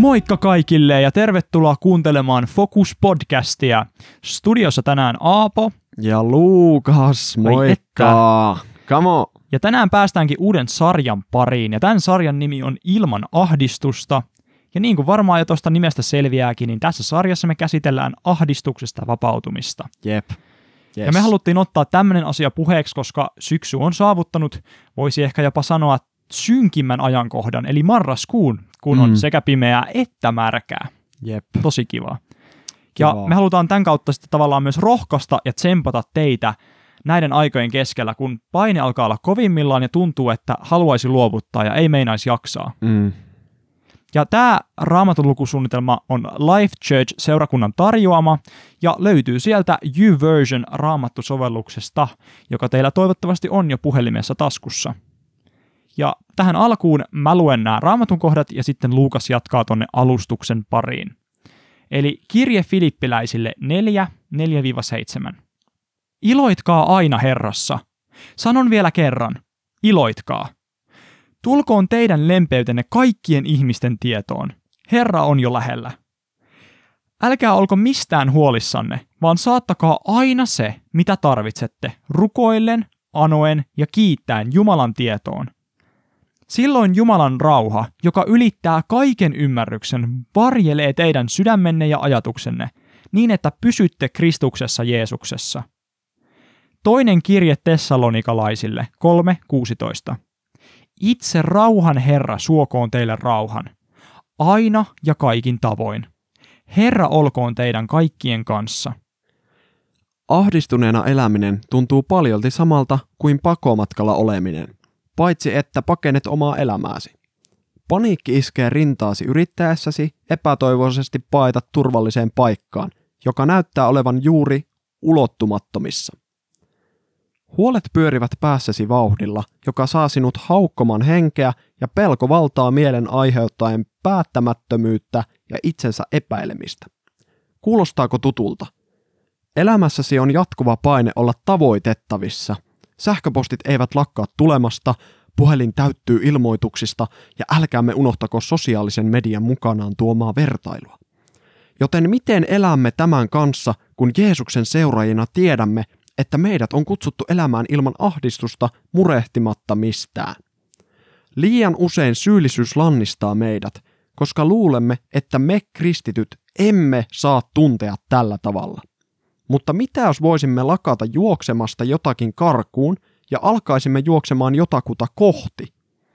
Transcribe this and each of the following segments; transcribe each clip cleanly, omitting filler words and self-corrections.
Moikka kaikille ja tervetuloa kuuntelemaan Focus-podcastia. Studiossa tänään Aapo. Ja Luukas, moikka! Come on! Ja tänään päästäänkin uuden sarjan pariin. Ja tämän sarjan nimi on Ilman ahdistusta. Ja niin kuin varmaan jo tuosta nimestä selviääkin, niin tässä sarjassa me käsitellään ahdistuksesta vapautumista. Jep. Yes. Ja me haluttiin ottaa tämmöinen asia puheeksi, koska syksy on saavuttanut, voisi ehkä jopa sanoa, synkimmän ajankohdan, eli marraskuun, kun on sekä pimeää että märkää. Jep. Tosi kivaa. Ja me halutaan tämän kautta sitten tavallaan myös rohkaista ja tsempata teitä näiden aikojen keskellä, kun paine alkaa olla kovimmillaan ja tuntuu, että haluaisi luovuttaa ja ei meinaisi jaksaa. Ja tämä Raamatun lukusuunnitelma on Life Church-seurakunnan tarjoama ja löytyy sieltä YouVersion Raamattu-sovelluksesta, joka teillä toivottavasti on jo puhelimessa taskussa. Ja tähän alkuun mä luen nämä Raamatun kohdat ja sitten Luukas jatkaa tonne alustuksen pariin. Eli kirje Filippiläisille 4:4-7. Iloitkaa aina Herrassa. Sanon vielä kerran, iloitkaa. Tulkoon teidän lempeytenne kaikkien ihmisten tietoon. Herra on jo lähellä. Älkää olko mistään huolissanne, vaan saattakaa aina se, mitä tarvitsette, rukoillen, anoen ja kiittäen Jumalan tietoon. Silloin Jumalan rauha, joka ylittää kaiken ymmärryksen, varjelee teidän sydämenne ja ajatuksenne, niin että pysytte Kristuksessa Jeesuksessa. Toinen kirje Tessalonikalaisille 3:16. Itse rauhan Herra suokoon teille rauhan, aina ja kaikin tavoin. Herra olkoon teidän kaikkien kanssa. Ahdistuneena eläminen tuntuu paljolti samalta kuin pakomatkalla oleminen, paitsi että pakenet omaa elämääsi. Paniikki iskee rintaasi yrittäessäsi epätoivoisesti paeta turvalliseen paikkaan, joka näyttää olevan juuri ulottumattomissa. Huolet pyörivät päässäsi vauhdilla, joka saa sinut haukkoman henkeä ja pelko valtaa mielen aiheuttaen päättämättömyyttä ja itsensä epäilemistä. Kuulostaako tutulta? Elämässäsi on jatkuva paine olla tavoitettavissa. Sähköpostit eivät lakkaa tulemasta, puhelin täyttyy ilmoituksista ja älkäämme unohtako sosiaalisen median mukanaan tuomaa vertailua. Joten miten elämme tämän kanssa, kun Jeesuksen seuraajina tiedämme, että meidät on kutsuttu elämään ilman ahdistusta murehtimatta mistään? Liian usein syyllisyys lannistaa meidät, koska luulemme, että me kristityt emme saa tuntea tällä tavalla. Mutta mitä jos voisimme lakata juoksemasta jotakin karkuun ja alkaisimme juoksemaan jotakuta kohti?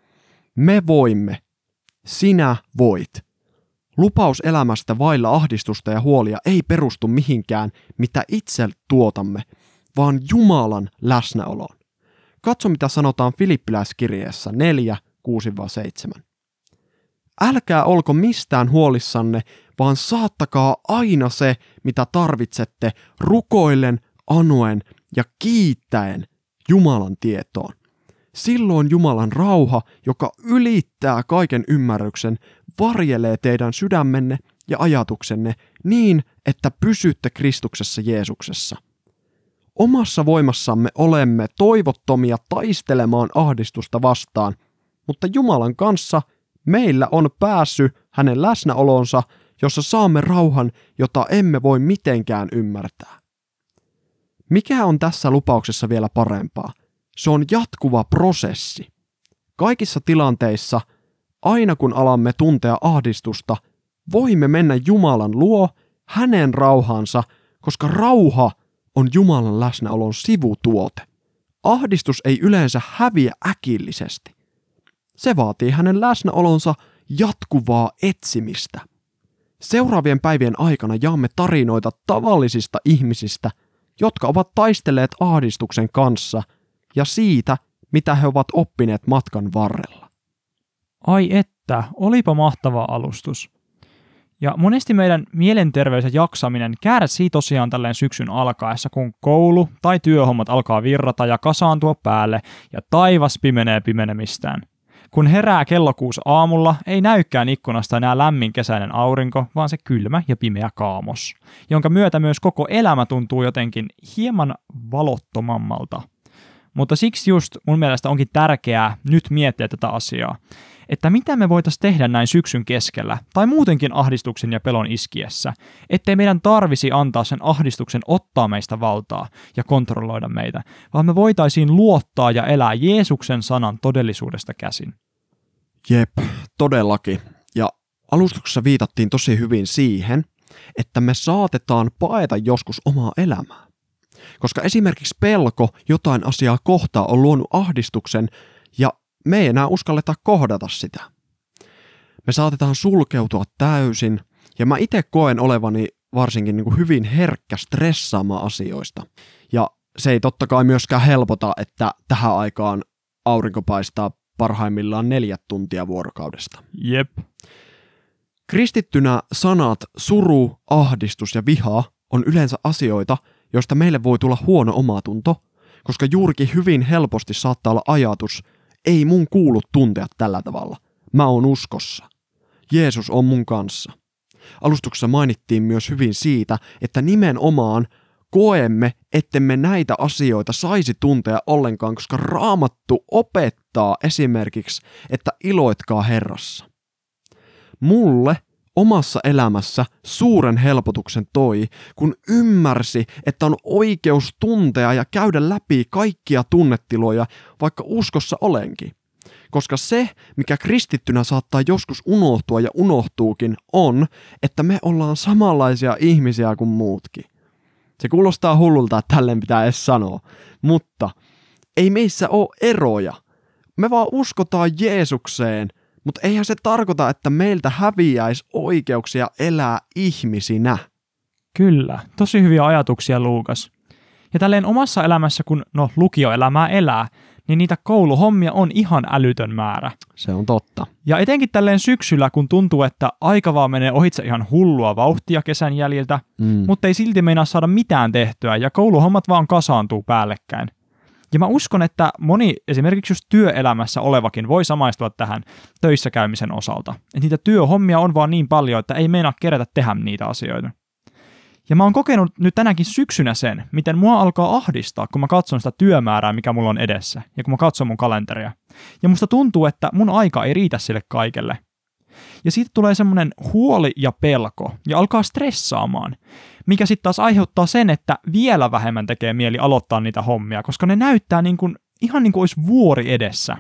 Me voimme. Sinä voit. Lupaus elämästä vailla ahdistusta ja huolia ei perustu mihinkään, mitä itse tuotamme, vaan Jumalan läsnäoloon. Katso, mitä sanotaan Filippiläiskirjeessä 4:6-7. Älkää olko mistään huolissanne, vaan saattakaa aina se, mitä tarvitsette, rukoillen, anoen ja kiittäen Jumalan tietoon. Silloin Jumalan rauha, joka ylittää kaiken ymmärryksen, varjelee teidän sydämenne ja ajatuksenne niin, että pysytte Kristuksessa Jeesuksessa. Omassa voimassamme olemme toivottomia taistelemaan ahdistusta vastaan, mutta Jumalan kanssa meillä on pääsy hänen läsnäolonsa, jossa saamme rauhan, jota emme voi mitenkään ymmärtää. Mikä on tässä lupauksessa vielä parempaa? Se on jatkuva prosessi. Kaikissa tilanteissa, aina kun alamme tuntea ahdistusta, voimme mennä Jumalan luo, hänen rauhansa, koska rauha on Jumalan läsnäolon sivutuote. Ahdistus ei yleensä häviä äkillisesti. Se vaatii hänen läsnäolonsa jatkuvaa etsimistä. Seuraavien päivien aikana jaamme tarinoita tavallisista ihmisistä, jotka ovat taistelleet ahdistuksen kanssa ja siitä, mitä he ovat oppineet matkan varrella. Ai että, olipa mahtava alustus. Ja monesti meidän mielenterveys ja jaksaminen kärsii tosiaan tälleen syksyn alkaessa, kun koulu tai työhommat alkaa virrata ja kasaantua päälle ja taivas pimenee pimenemistään. Kun herää kello 6 aamulla, ei näykään ikkunasta enää lämmin kesäinen aurinko, vaan se kylmä ja pimeä kaamos, jonka myötä myös koko elämä tuntuu jotenkin hieman valottomammalta. Mutta siksi just mun mielestä onkin tärkeää nyt miettiä tätä asiaa, että mitä me voitaisiin tehdä näin syksyn keskellä, tai muutenkin ahdistuksen ja pelon iskiessä, ettei meidän tarvisi antaa sen ahdistuksen ottaa meistä valtaa ja kontrolloida meitä, vaan me voitaisiin luottaa ja elää Jeesuksen sanan todellisuudesta käsin. Jep, todellakin. Ja alustuksessa viitattiin tosi hyvin siihen, että me saatetaan paeta joskus omaa elämää. Koska esimerkiksi pelko jotain asiaa kohtaan on luonut ahdistuksen ja me ei enää uskalleta kohdata sitä. Me saatetaan sulkeutua täysin ja mä itse koen olevani varsinkin niin kuin hyvin herkkä stressaamaan asioista. Ja se ei totta kai myöskään helpota, että tähän aikaan aurinko paistaa parhaimmillaan 4 tuntia vuorokaudesta. Jep. Kristittynä sanat suru, ahdistus ja viha on yleensä asioita, joista meille voi tulla huono omatunto, koska juurikin hyvin helposti saattaa olla ajatus, ei mun kuulu tuntea tällä tavalla. Mä oon uskossa. Jeesus on mun kanssa. Alustuksessa mainittiin myös hyvin siitä, että nimenomaan koemme, ettemme näitä asioita saisi tuntea ollenkaan, koska Raamattu opettaa esimerkiksi, että iloitkaa Herrassa. Mulle omassa elämässä suuren helpotuksen toi, kun ymmärsi, että on oikeus tuntea ja käydä läpi kaikkia tunnetiloja, vaikka uskossa olenkin. Koska se, mikä kristittynä saattaa joskus unohtua ja unohtuukin, on, että me ollaan samanlaisia ihmisiä kuin muutkin. Se kuulostaa hullulta, että tälleen pitää edes sanoa, mutta ei meissä ole eroja. Me vaan uskotaan Jeesukseen, mutta eihän se tarkoita, että meiltä häviäisi oikeuksia elää ihmisinä. Kyllä, tosi hyviä ajatuksia, Luukas. Ja tälleen omassa elämässä, kun lukioelämää elää, niin niitä kouluhommia on ihan älytön määrä. Se on totta. Ja etenkin tälleen syksyllä, kun tuntuu, että aika vaan menee ohitse ihan hullua vauhtia kesän jäljiltä, mutta ei silti meinaa saada mitään tehtyä ja kouluhommat vaan kasaantuu päällekkäin. Ja mä uskon, että moni esimerkiksi just työelämässä olevakin voi samaistua tähän töissä käymisen osalta. Että niitä työhommia on vaan niin paljon, että ei meinaa kerätä tehdä niitä asioita. Ja mä oon kokenut nyt tänäkin syksynä sen, miten mua alkaa ahdistaa, kun mä katson sitä työmäärää, mikä mulla on edessä, ja kun mä katson mun kalenteria. Ja musta tuntuu, että mun aika ei riitä sille kaikelle. Ja siitä tulee semmoinen huoli ja pelko, ja alkaa stressaamaan, mikä sitten taas aiheuttaa sen, että vielä vähemmän tekee mieli aloittaa niitä hommia, koska ne näyttää ihan niin kuin olisi vuori edessä.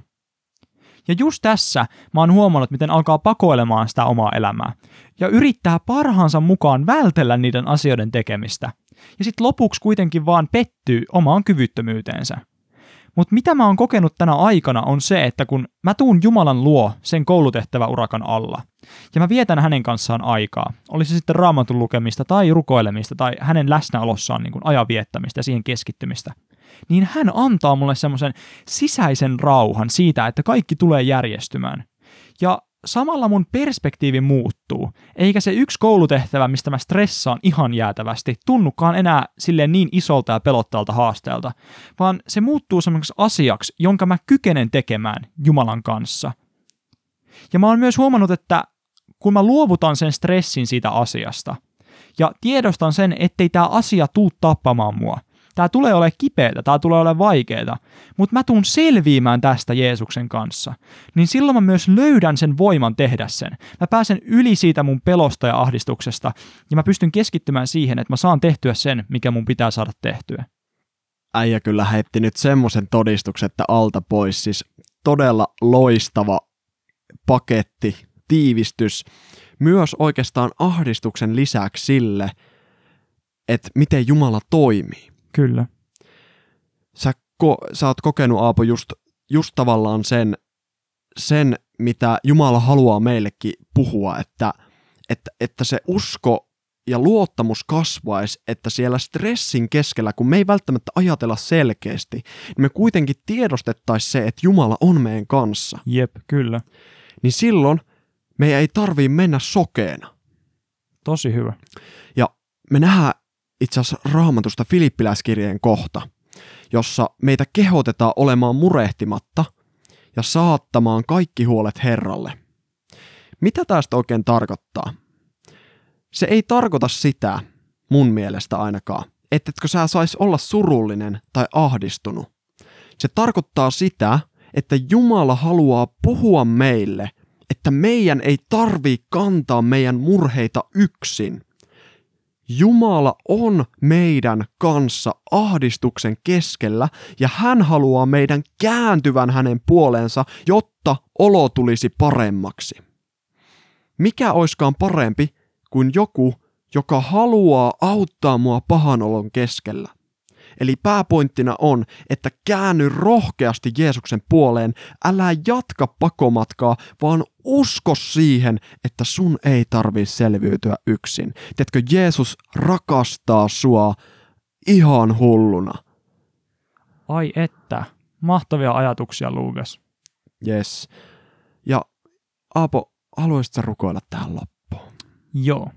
Ja just tässä mä oon huomannut, miten alkaa pakoilemaan sitä omaa elämää ja yrittää parhaansa mukaan vältellä niiden asioiden tekemistä. Ja sitten lopuksi kuitenkin vaan pettyy omaan kyvyttömyyteensä. Mutta mitä mä oon kokenut tänä aikana on se, että kun mä tuun Jumalan luo sen koulutehtäväurakan alla ja mä vietän hänen kanssaan aikaa, oli se sitten Raamatun lukemista tai rukoilemista tai hänen läsnäolossaan niin kuin ajan viettämistä ja siihen keskittymistä, niin hän antaa mulle semmoisen sisäisen rauhan siitä, että kaikki tulee järjestymään. Ja samalla mun perspektiivi muuttuu, eikä se yksi koulutehtävä, mistä mä stressaan ihan jäätävästi, tunnukaan enää silleen niin isolta ja pelottavalta haasteelta, vaan se muuttuu semmoiseksi asiaksi, jonka mä kykenen tekemään Jumalan kanssa. Ja mä oon myös huomannut, että kun mä luovutan sen stressin siitä asiasta, ja tiedostan sen, ettei tää asia tuu tappamaan mua, tää tulee olemaan kipeätä, tää tulee olemaan vaikeeta, mutta mä tuun selviämään tästä Jeesuksen kanssa. Niin silloin mä myös löydän sen voiman tehdä sen. Mä pääsen yli siitä mun pelosta ja ahdistuksesta, ja mä pystyn keskittymään siihen, että mä saan tehtyä sen, mikä mun pitää saada tehtyä. Äijä kyllä heitti nyt semmoisen todistuksen, että alta pois. Siis todella loistava paketti, tiivistys. Myös oikeastaan ahdistuksen lisäksi sille, että miten Jumala toimii. Kyllä. Sä oot kokenut, Aapo, just tavallaan sen, mitä Jumala haluaa meillekin puhua, että se usko ja luottamus kasvaisi, että siellä stressin keskellä, kun me ei välttämättä ajatella selkeästi, niin me kuitenkin tiedostettaisiin se, että Jumala on meidän kanssa. Jep, kyllä. Niin silloin meidän ei tarvii mennä sokeena. Tosi hyvä. Ja me nähdään itse asiassa Raamatusta Filippiläiskirjeen kohta, jossa meitä kehotetaan olemaan murehtimatta ja saattamaan kaikki huolet Herralle. Mitä tästä oikein tarkoittaa? Se ei tarkoita sitä, mun mielestä ainakaan, ettetkö sä sais olla surullinen tai ahdistunut. Se tarkoittaa sitä, että Jumala haluaa puhua meille, että meidän ei tarvitse kantaa meidän murheita yksin. Jumala on meidän kanssa ahdistuksen keskellä ja hän haluaa meidän kääntyvän hänen puoleensa, jotta olo tulisi paremmaksi. Mikä oiskaan parempi kuin joku, joka haluaa auttaa mua pahan olon keskellä? Eli pääpointtina on, että käänny rohkeasti Jeesuksen puoleen, älä jatka pakomatkaa, vaan usko siihen, että sun ei tarvitse selviytyä yksin. Tiedätkö, Jeesus rakastaa sua ihan hulluna. Ai että, mahtavia ajatuksia, Luukas. Yes. Ja Aapo, haluaisitko rukoilla tähän loppuun? Joo.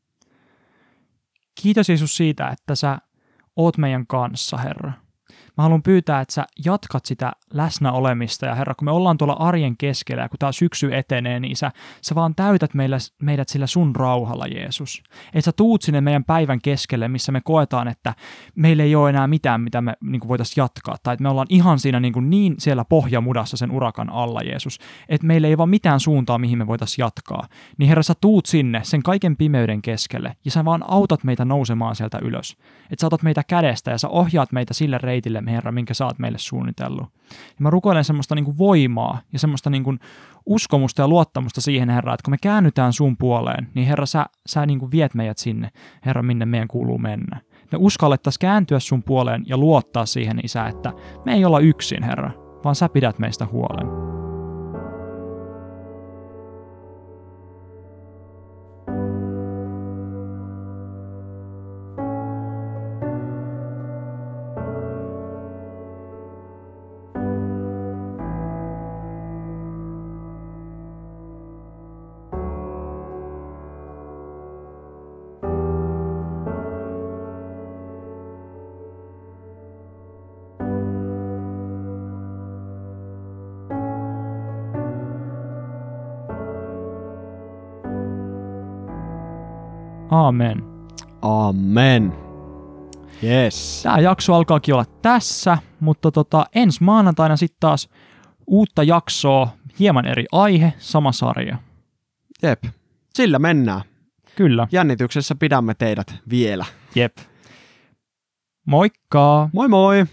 Kiitos Jeesus siitä, että sä oot meidän kanssa, Herra. Mä haluan pyytää, että sä jatkat sitä läsnäolemista ja Herra, kun me ollaan tuolla arjen keskellä ja kun tää syksy etenee, niin sä vaan täytät meidät sillä sun rauhalla, Jeesus. Että sä tuut sinne meidän päivän keskelle, missä me koetaan, että meillä ei ole enää mitään, mitä me voitaisiin jatkaa. Tai että me ollaan ihan siinä niin siellä pohjamudassa sen urakan alla, Jeesus. Että meillä ei vaan mitään suuntaa, mihin me voitaisiin jatkaa. Niin Herra, sä tuut sinne sen kaiken pimeyden keskelle ja sä vaan autat meitä nousemaan sieltä ylös. Että sä otat meitä kädestä ja sä ohjaat meitä sille reitille, Herra, minkä sä oot meille suunnitellut. Ja mä rukoilen semmoista voimaa ja semmoista uskomusta ja luottamusta siihen, Herra, että kun me käännytään sun puoleen, niin Herra, sä viet meidät sinne, Herra, minne meidän kuuluu mennä. Me uskallettaisiin kääntyä sun puoleen ja luottaa siihen, Isä, että me ei olla yksin, Herra, vaan sä pidät meistä huolen. Aamen. Amen. Yes. Tämä jakso alkaakin olla tässä, mutta ensi maanantaina sitten taas uutta jaksoa, hieman eri aihe, sama sarja. Jep. Sillä mennään. Kyllä. Jännityksessä pidämme teidät vielä. Jep. Moikka! Moi moi!